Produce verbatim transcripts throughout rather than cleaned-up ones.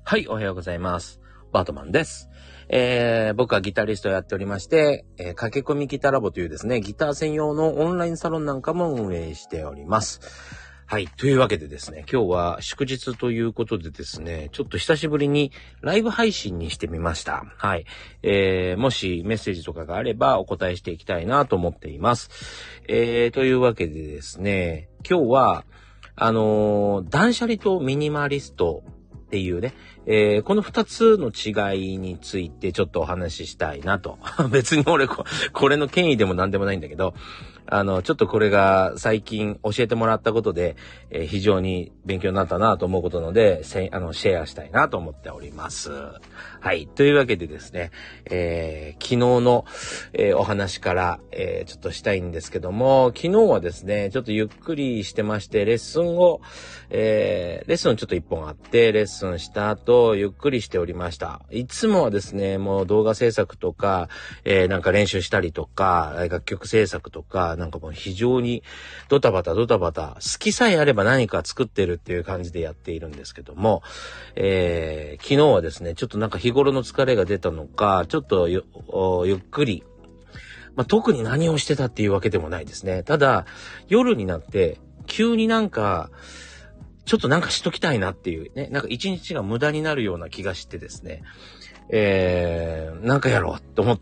はい、おはようございます。バートマンです。えー、僕はギタリストをやっておりまして、えー、駆け込みギタラボというですね、ギター専用のオンラインサロンなんかも運営しております。はい、というわけでですね、今日は祝日ということでですね、ちょっと久しぶりにライブ配信にしてみました。はい、えー、もしメッセージとかがあればお答えしていきたいなと思っています。えー、というわけでですね、今日は、あのー、断捨離とミニマリストっていうね、えー、この二つの違いについてちょっとお話ししたいなと。別に俺こ、これの権威でも何でもないんだけど、あの、ちょっとこれが最近教えてもらったことで、えー、非常に勉強になったなと思うことなので、せあの、シェアしたいなと思っております。はい。というわけでですね、えー、昨日の、えー、お話から、えー、ちょっとしたいんですけども、昨日はですね、ちょっとゆっくりしてまして、レッスンを、えー、レッスンちょっと一本あって、レッスンした後、ゆっくりしておりました。いつもはですね、もう動画制作とか、えー、なんか練習したりとか、楽曲制作とか、なんかもう非常にドタバタドタバタ、好きさえあれば何か作ってるっていう感じでやっているんですけども、えー、昨日はですね、ちょっとなんか日頃の疲れが出たのか、ちょっと ゆ, ゆっくり、まあ、特に何をしてたっていうわけでもないですね。ただ、夜になって、急になんか、ちょっとなんかしときたいなっていうね、なんか一日が無駄になるような気がしてですね、えー、なんかやろうと思って、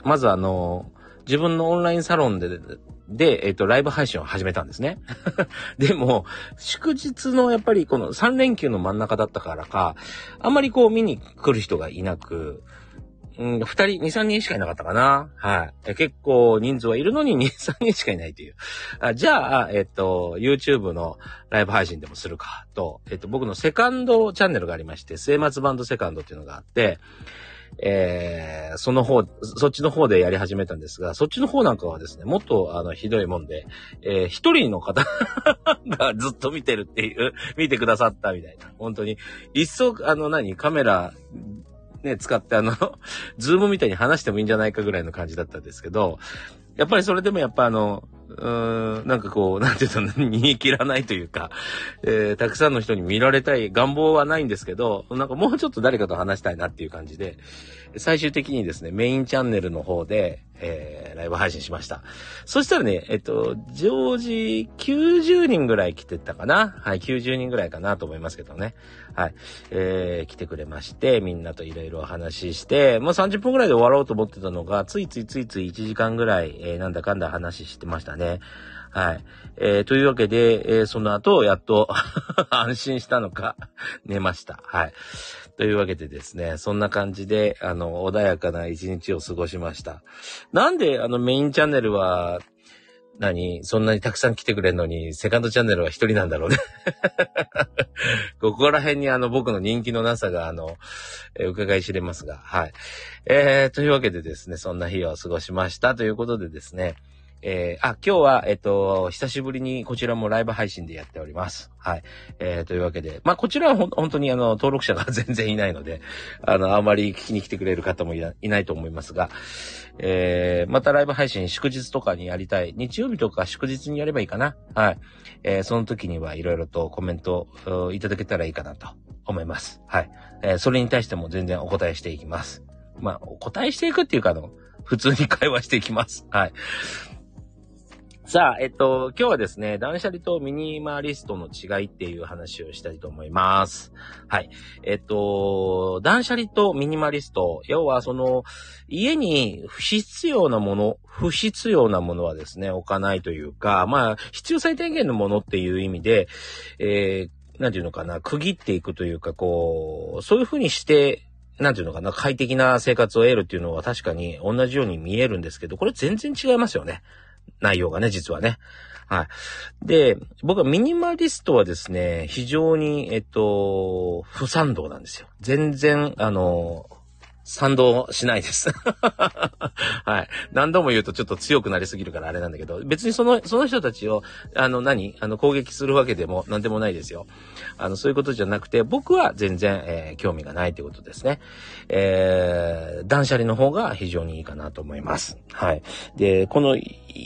まずあの、自分のオンラインサロンで、で、えっと、ライブ配信を始めたんですね。でも、祝日のやっぱりこのさん連休の真ん中だったからか、あんまりこう見に来る人がいなく、うん、二人、二、三人しかいなかったかな。はい。結構人数はいるのに二、三人しかいないという。あじゃあ、えっと、YouTube のライブ配信でもするかと、えっと、僕のセカンドチャンネルがありまして、末松バンドセカンドっていうのがあって、えー、その方、そっちの方でやり始めたんですが、そっちの方なんかはですね、もっとあの、ひどいもんで、えー、一人の方がずっと見てるっていう、見てくださったみたいな。本当に、一層、あの何、カメラ、ね、使ってあの、ズームみたいに話してもいいんじゃないかぐらいの感じだったんですけど、やっぱりそれでもやっぱあの、うーん、なんかこう、なんていうの、逃げ切らないというか、えー、たくさんの人に見られたい願望はないんですけど、なんかもうちょっと誰かと話したいなっていう感じで、最終的にですね、メインチャンネルの方で、えー、ライブ配信しました。そしたらね、えっと、常時きゅうじゅうにんぐらい来てたかな。はい、きゅうじゅうにんぐらいかなと思いますけどね。はい、えー、来てくれまして、みんなといろいろお話しして、もうさんじゅっぷんぐらいで終わろうと思ってたのが、ついついついついいちじかんぐらい、えー、なんだかんだ話してましたね。はい。えー、というわけで、えー、その後、やっと安心したのか、寝ました。はい。というわけでですね、そんな感じで、あの、穏やかな一日を過ごしました。なんで、あの、メインチャンネルは、何そんなにたくさん来てくれるのに、セカンドチャンネルは一人なんだろうね。ここら辺にあの、僕の人気のなさが、あの、えー、伺い知れますが、はい。えー、というわけでですね、そんな日を過ごしましたということでですね、えー、あ、今日は、えっと、久しぶりにこちらもライブ配信でやっております。はい。えー、というわけで、まあ、こちらはほん本当にあの、登録者が全然いないので、あの、あまり聞きに来てくれる方もいな、いないと思いますが、えー、またライブ配信祝日とかにやりたい。日曜日とか祝日にやればいいかな。はい。えー、その時にはいろいろとコメントいただけたらいいかなと思います。はい。えー、それに対しても全然お答えしていきます。まあ、お答えしていくっていうか、あの、普通に会話していきます。はい。さあ、えっと、今日はですね、断捨離とミニマリストの違いっていう話をしたいと思います。はい。えっと、断捨離とミニマリスト、要はその、家に不必要なもの、不必要なものはですね、置かないというか、まあ、必要最低限のものっていう意味で、えー、なんていうのかな、区切っていくというか、こう、そういうふうにして、なんていうのかな、快適な生活を得るっていうのは確かに同じように見えるんですけど、これ全然違いますよね。内容がね、実はね。はい。で、僕はミニマリストはですね、非常に、えっと、不賛同なんですよ。全然、あの、賛同しないです。はい。何度も言うとちょっと強くなりすぎるからあれなんだけど、別にその、その人たちを、あの何、あの、攻撃するわけでも何でもないですよ。あの、そういうことじゃなくて、僕は全然、えー、興味がないということですね。えー、断捨離の方が非常にいいかなと思います。はい。で、この、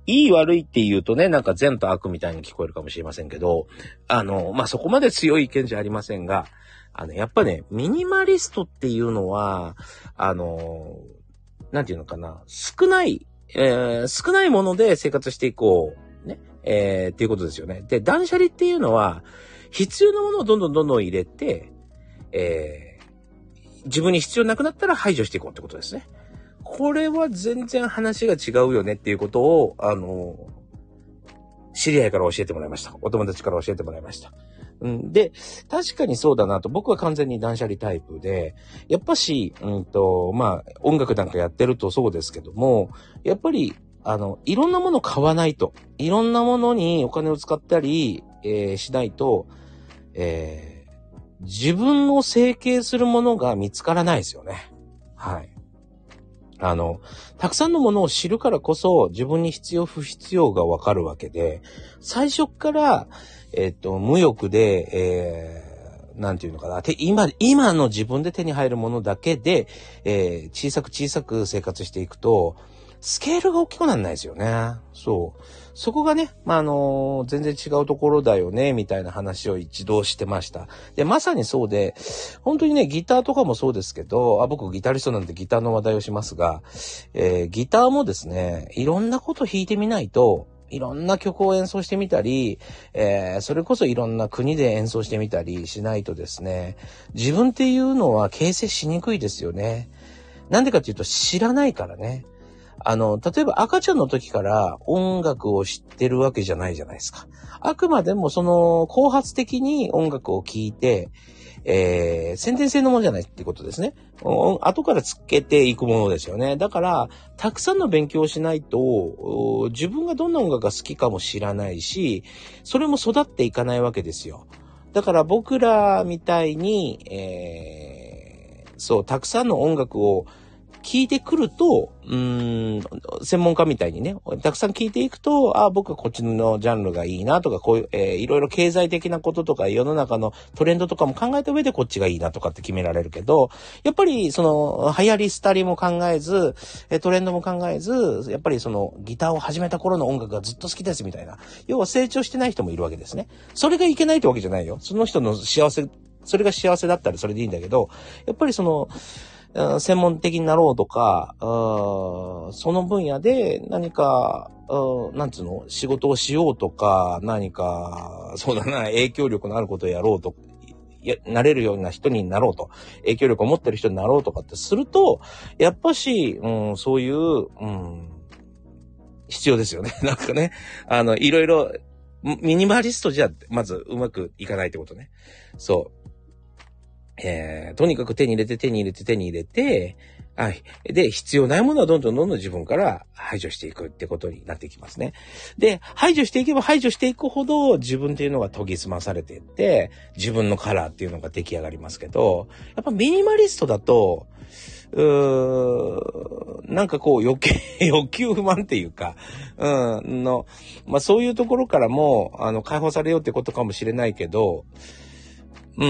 いい悪いって言うとね、なんか善と悪みたいに聞こえるかもしれませんけど、あの、まあ、そこまで強い意見じゃありませんが、あの、やっぱね、ミニマリストっていうのは、あの、なんていうのかな、少ない、えー、少ないもので生活していこう、ね、えー、っていうことですよね。で、断捨離っていうのは、必要なものをどんどんどんどん入れて、えー、自分に必要なくなったら排除していこうってことですね。これは全然話が違うよねっていうことを、あの、知り合いから教えてもらいました。お友達から教えてもらいました。うん、で、確かにそうだなと、僕は完全に断捨離タイプで、やっぱし、うんと、まあ、音楽なんかやってるとそうですけども、やっぱり、あの、いろんなもの買わないと、いろんなものにお金を使ったり、えー、しないと、えー、自分を整形するものが見つからないですよね。はい。あの、たくさんのものを知るからこそ自分に必要不必要がわかるわけで、最初から、えっと、無欲で、えー、なんていうのかな、て今、今の自分で手に入るものだけで、えー、小さく小さく生活していくと、スケールが大きくならないですよね。そう。そこがね、まあ、あのー、全然違うところだよね、みたいな話を一度してました。で、まさにそうで、本当にね、ギターとかもそうですけど、あ、僕ギタリストなんでギターの話題をしますが、えー、ギターもですね、いろんなこと弾いてみないと、いろんな曲を演奏してみたり、えー、それこそいろんな国で演奏してみたりしないとですね、自分っていうのは形成しにくいですよね。なんでかっていうと知らないからね。あの、例えば赤ちゃんの時から音楽を知ってるわけじゃないじゃないですか。あくまでもその後発的に音楽を聴いて、えー、先天性のものじゃないってことですね。後からつけていくものですよね。だから、たくさんの勉強をしないと、自分がどんな音楽が好きかも知らないし、それも育っていかないわけですよ。だから僕らみたいに、えー、そう、たくさんの音楽を聞いてくると、うーん、専門家みたいにね、たくさん聞いていくと、あ、僕はこっちのジャンルがいいなとか、こういう、えー、いろいろ経済的なこととか、世の中のトレンドとかも考えた上でこっちがいいなとかって決められるけど、やっぱりその、流行り廃りも考えず、トレンドも考えず、やっぱりその、ギターを始めた頃の音楽がずっと好きですみたいな。要は成長してない人もいるわけですね。それがいけないってわけじゃないよ。その人の幸せ、それが幸せだったらそれでいいんだけど、やっぱりその、専門的になろうとか、その分野で何か、なんつうの、仕事をしようとか、何か、そうだな、影響力のあることをやろうと、や、なれるような人になろうと、影響力を持ってる人になろうとかってすると、やっぱし、うん、そういう、うん、必要ですよね。なんかね、あの、いろいろ、ミニマリストじゃ、まずうまくいかないってことね。そう。えー、とにかく手に入れて手に入れて手に入れて、はい。で、必要ないものはどんどんどんどん自分から排除していくってことになっていきますね。で、排除していけば排除していくほど自分っていうのが研ぎ澄まされていって、自分のカラーっていうのが出来上がりますけど、やっぱミニマリストだと、うーなんかこう余計、欲求不満っていうか、うん、の、まあそういうところからも、あの、解放されようってことかもしれないけど、うん、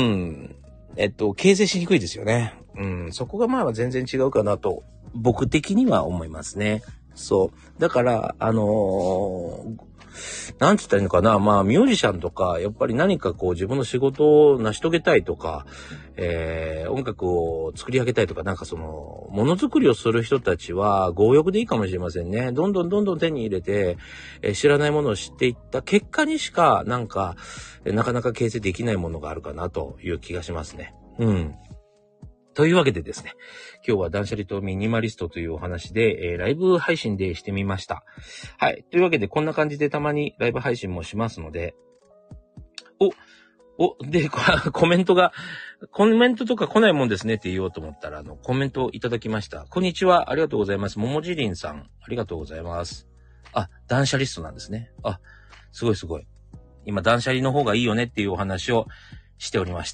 えっと、形成しにくいですよね。うん、そこがまあ全然違うかなと、僕的には思いますね。そう。だから、あのー、なんつったらいいのかな。まあ、ミュージシャンとか、やっぱり何かこう自分の仕事を成し遂げたいとか、えー、音楽を作り上げたいとか、なんかその、ものづくりをする人たちは、強欲でいいかもしれませんね。どんどんどんどん手に入れて、えー、知らないものを知っていった結果にしか、なんか、なかなか形成できないものがあるかなという気がしますね。うん。というわけでですね、今日は断捨離とミニマリストというお話で、えー、ライブ配信でしてみました。はい。というわけで、こんな感じでたまにライブ配信もしますので、お、お、で、コメントが、コメントとか来ないもんですねって言おうと思ったら、あの、コメントをいただきました。こんにちは。ありがとうございます。ももじりんさん。ありがとうございます。あ、断捨リストなんですね。あ、すごいすごい。今、断捨離の方がいいよねっていうお話をしておりました。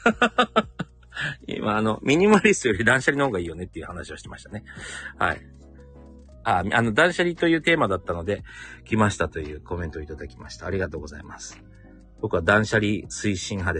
今、あの、ミニマリストより断捨離の方がいいよねっていう話をしてましたね。はい。あ、あの、断捨離というテーマだったので、来ましたというコメントをいただきました。ありがとうございます。僕は断捨離推進派です。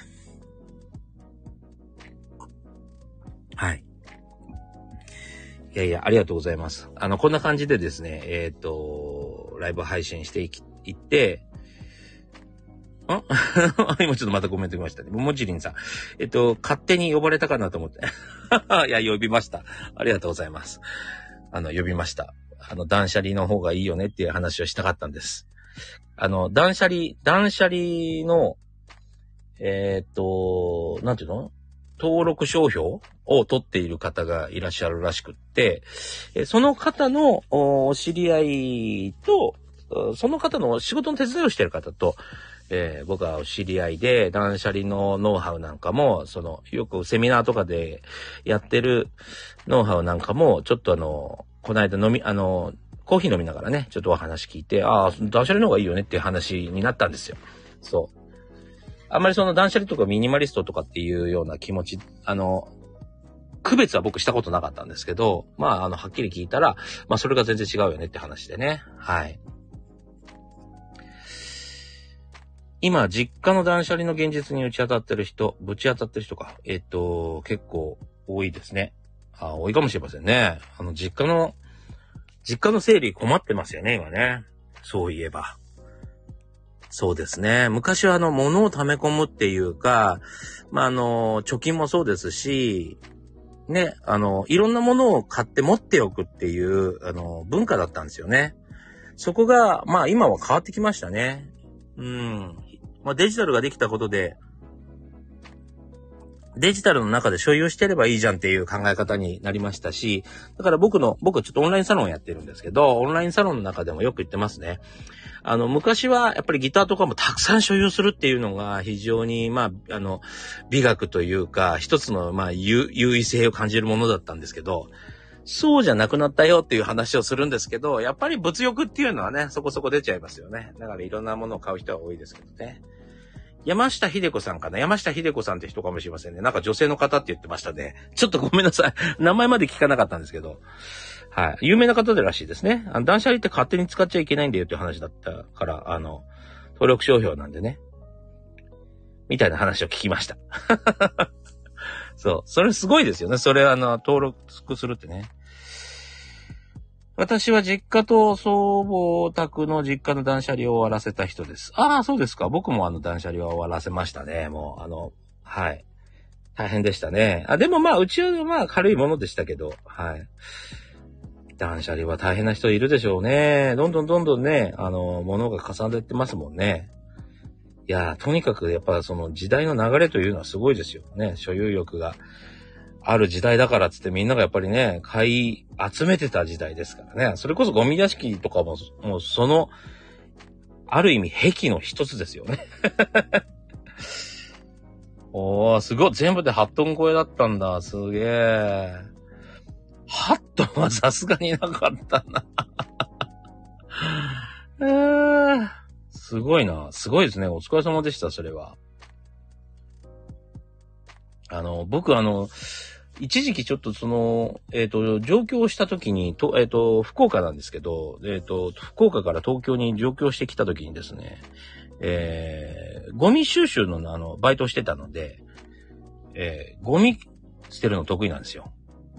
はい。 いやいや、ありがとうございます。あの、こんな感じでですね、えっと、ライブ配信していき、いって、ん今ちょっとまたコメント見ましたね。もちりんさん。えっと、勝手に呼ばれたかなと思って。いや、呼びました。ありがとうございます。あの、呼びました。あの、断捨離の方がいいよねっていう話をしたかったんです。あの、断捨離、断捨離の、えー、っと、なんていうの？登録商標を取っている方がいらっしゃるらしくって、その方のお知り合いと、その方の仕事の手伝いをしている方と、えー、僕はお知り合いで、断捨離のノウハウなんかも、その、よくセミナーとかでやってるノウハウなんかも、ちょっとあの、この間飲み、あの、コーヒー飲みながらね、ちょっとお話聞いて、ああ、断捨離の方がいいよねっていう話になったんですよ。そう。あんまりその断捨離とかミニマリストとかっていうような気持ち、あの、区別は僕したことなかったんですけど、まあ、あの、はっきり聞いたら、まあ、それが全然違うよねって話でね。はい。今、実家の断捨離の現実に打ち当たってる人、ぶち当たってる人か。えっと、結構多いですね。あ、多いかもしれませんね。あの、実家の、実家の整理困ってますよね、今ね。そういえば。そうですね。昔はあの、物を溜め込むっていうか、まあ、あの、貯金もそうですし、ね、あの、いろんなものを買って持っておくっていう、あの、文化だったんですよね。そこが、まあ、今は変わってきましたね。うん。まあ、デジタルができたことで、デジタルの中で所有してればいいじゃんっていう考え方になりましたし、だから僕の、僕ちょっとオンラインサロンやってるんですけど、オンラインサロンの中でもよく言ってますね。あの、昔はやっぱりギターとかもたくさん所有するっていうのが非常に、まあ、あの、美学というか、一つの、まあ、優位性を感じるものだったんですけど、そうじゃなくなったよっていう話をするんですけど、やっぱり物欲っていうのはね、そこそこ出ちゃいますよね。だからいろんなものを買う人は多いですけどね。山下秀子さんかな山下秀子さんって人かもしれませんね。なんか女性の方って言ってましたね。ちょっとごめんなさい。名前まで聞かなかったんですけど。はい。有名な方でらしいですね。あの断捨離って勝手に使っちゃいけないんだよっていう話だったから、あの、登録商標なんでね。みたいな話を聞きました。そう。それすごいですよね。それあの、登録するってね。私は実家と祖母宅の実家の断捨離を終わらせた人です。ああ、そうですか。僕もあの断捨離は終わらせましたね。もう、あの、はい。大変でしたね。あ、でもまあ、うちはまあ軽いものでしたけど、はい。断捨離は大変な人いるでしょうね。どんどんどんどんね、あの、物が重ねてますもんね。いや、とにかくやっぱその時代の流れというのはすごいですよね。所有欲がある時代だからっつってみんながやっぱりね、買い集めてた時代ですからね。それこそゴミ屋敷とかも、もうその、ある意味癖の一つですよね。おー、すごい。全部ではちトン超えだったんだ。すげえ。はちトンはさすがになかったな。えー、すごいな。すごいですね。お疲れ様でした、それは。あの、僕あの、一時期ちょっとその、えっと、上京した時に、と、えっと、福岡なんですけど、えっと、福岡から東京に上京してきた時にですね、えー、ゴミ収集のあの、バイトをしてたので、えー、ゴミ捨てるの得意なんですよ。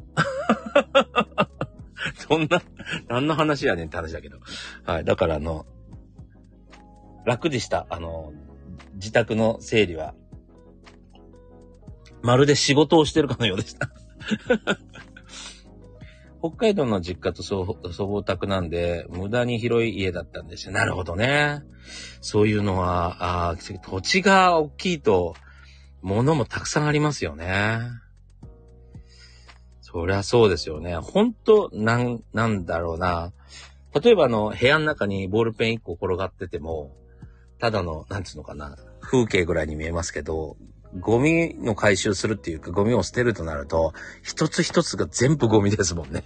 そんな、何の話やねんって話だけど。はい。だからあの、楽でした。あの、自宅の整理は、まるで仕事をしてるかのようでした。北海道の実家と祖母宅なんで、無駄に広い家だったんですよ。なるほどね。そういうのは、あ土地が大きいと、物もたくさんありますよね。そりゃそうですよね。ほんと、なん、なんだろうな。例えばあの、部屋の中にボールペンいっこ転がってても、ただの、なんつうのかな、風景ぐらいに見えますけど、ゴミの回収するっていうか、ゴミを捨てるとなると、一つ一つが全部ゴミですもんね。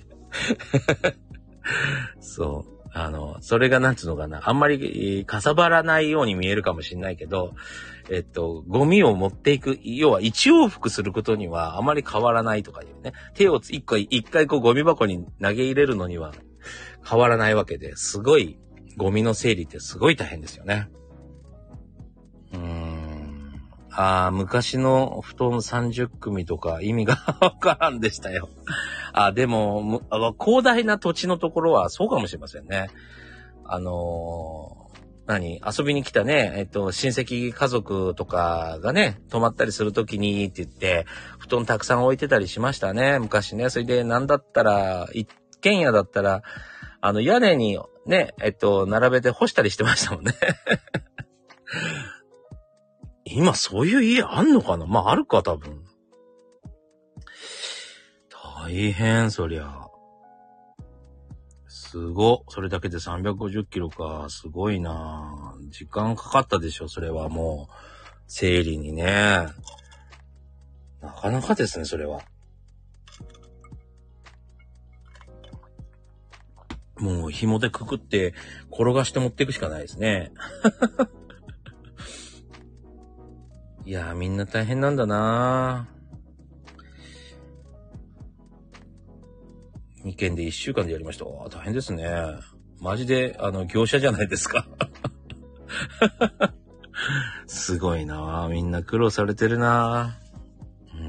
そう。あの、それがなんつうのかな、あんまりかさばらないように見えるかもしれないけど、えっと、ゴミを持っていく、要は一往復することにはあまり変わらないとかいうね。手を一回、一回こうゴミ箱に投げ入れるのには変わらないわけで、すごい、ゴミの整理ってすごい大変ですよね。うーん。 ああ、昔の布団さんじゅっくみとか意味がわからんでしたよ。あ、でも、あ、広大な土地のところはそうかもしれませんね。あのー、何遊びに来たね、えっと、親戚家族とかがね、泊まったりするときにって言って、布団たくさん置いてたりしましたね、昔ね。それで、なんだったら、一軒家だったら、あの、屋根にね、えっと、並べて干したりしてましたもんね。今そういう家あんのかな？まあ、あるか、多分。大変、そりゃ。すご。それだけでさんびゃくごじゅっキロか。すごいな。時間かかったでしょ、それはもう。整理にね。なかなかですね、それは。もう紐でくくって転がして持っていくしかないですね。いやー、みんな大変なんだな。にけんでいっしゅうかんでやりました。大変ですね。マジで、あの、業者じゃないですか。すごいな。みんな苦労されてるな。うん、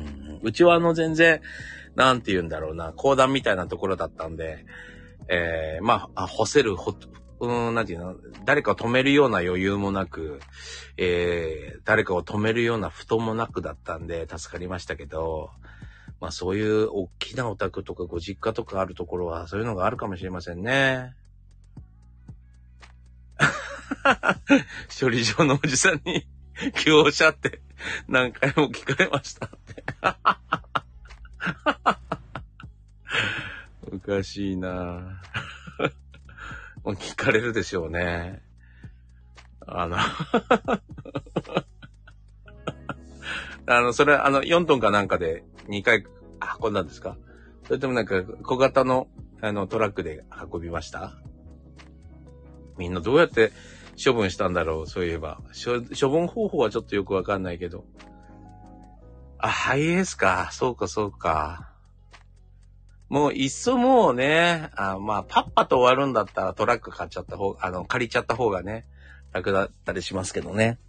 うちはあの、全然、なんて言うんだろうな、公団みたいなところだったんで、えー、まあ、干せる、ほ、うーん、なんていうの、誰かを止めるような余裕もなく、えー、誰かを止めるような布団もなくだったんで、助かりましたけど、まあそういう大きなお宅とかご実家とかあるところはそういうのがあるかもしれませんね。処理場のおじさんに業者って何回も聞かれましたって。おかしいな。もう聞かれるでしょうね。あのあの、それ、あの、よんトンかなんかでにかい運んだんですか？それともなんか小型の、あの、トラックで運びました？みんなどうやって処分したんだろう、そういえば。処分方法はちょっとよくわかんないけど。あ、ハイエースか。そうか、そうか。もう、いっそもうね、あ、まあ、パッパと終わるんだったらトラック買っちゃった方、あの、借りちゃった方がね、楽だったりしますけどね。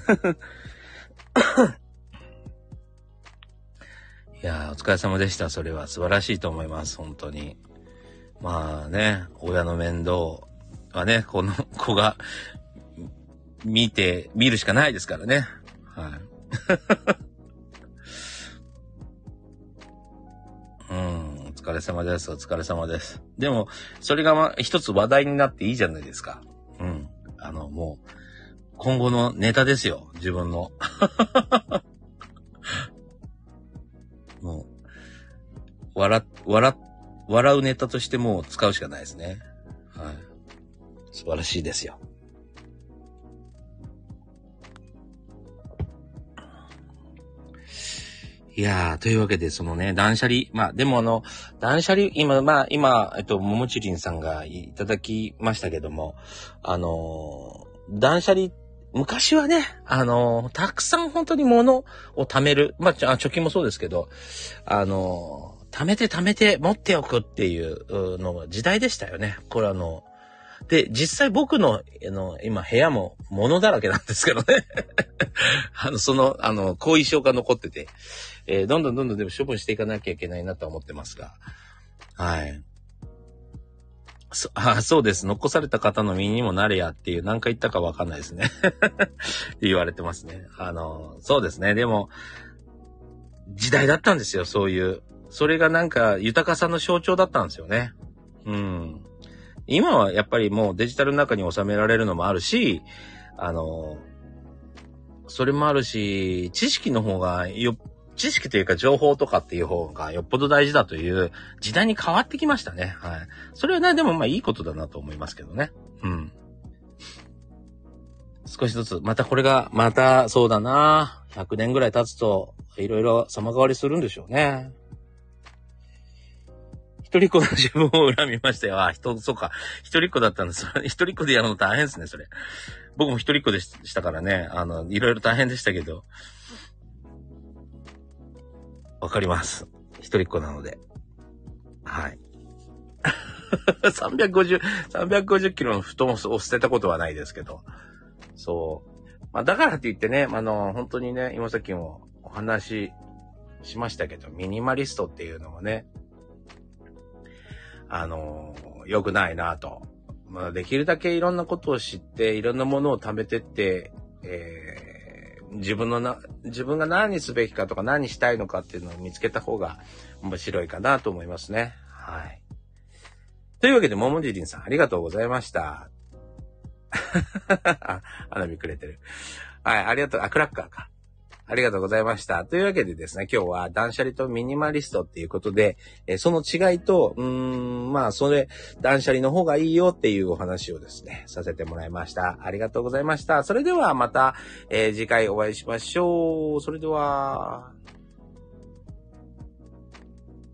いやー、お疲れ様でした。それは素晴らしいと思います。本当に。まあね、親の面倒はね、この子が見て、見るしかないですからね。はい。うん、お疲れ様です。お疲れ様です。でも、それがまあ、一つ話題になっていいじゃないですか。うん。あの、もう、今後のネタですよ。自分の。もう、笑、笑、笑うネタとしてもう使うしかないですね。はい。素晴らしいですよ。いやー、というわけで、そのね、断捨離。まあ、でもあの、断捨離、今、まあ、今、えっと、ももちりんさんがいただきましたけども、あのー、断捨離、昔はね、あのー、たくさん本当に物を貯める。まあ、貯金もそうですけど、あのー、貯めて貯めて持っておくっていうのが時代でしたよね。これあの、で、実際僕の、あの、今部屋も物だらけなんですけどね。あの、その、あの、後遺症が残ってて、えー、どんどんどんどんでも処分していかなきゃいけないなと思ってますが。はい。そ、あ、そうです。残された方の身にもなれやっていう、何回言ったかわかんないですね。って言われてますね。あの、そうですね。でも、時代だったんですよ、そういう。それがなんか豊かさの象徴だったんですよね。うん。今はやっぱりもうデジタルの中に収められるのもあるし、あの、それもあるし、知識の方がよ、知識というか情報とかっていう方がよっぽど大事だという時代に変わってきましたね。はい。それはね、でもまあいいことだなと思いますけどね。うん。少しずつ、またこれが、またそうだな、ひゃくねんぐらい経つと、いろいろ様変わりするんでしょうね。一人っ子の自分を恨みましたよ。あ、人、そうか。一人っ子だったんです。一人っ子でやるの大変ですね、それ。僕も一人っ子でしたからね。あの、いろいろ大変でしたけど。わかります。一人っ子なので。はい。さんびゃくごじゅう、さんびゃくごじゅっキロの布団を捨てたことはないですけど。そう。 まあ、だからといってね、あの、本当にね、今さっきもお話ししましたけど、ミニマリストっていうのもね、あの、良くないなと。まあ、できるだけいろんなことを知って、いろんなものを貯めてって、えー、自分のな、自分が何すべきかとか何したいのかっていうのを見つけた方が面白いかなと思いますね。はい。というわけで、ももじりんさん、ありがとうございました。あ、花火くれてる。はい、ありがとう。あ、クラッカーか。ありがとうございました。というわけでですね、今日は断捨離とミニマリストっていうことで、えー、その違いと、うーん、まあ、それ、断捨離の方がいいよっていうお話をですね、させてもらいました。ありがとうございました。それではまた、えー、次回お会いしましょう。それでは、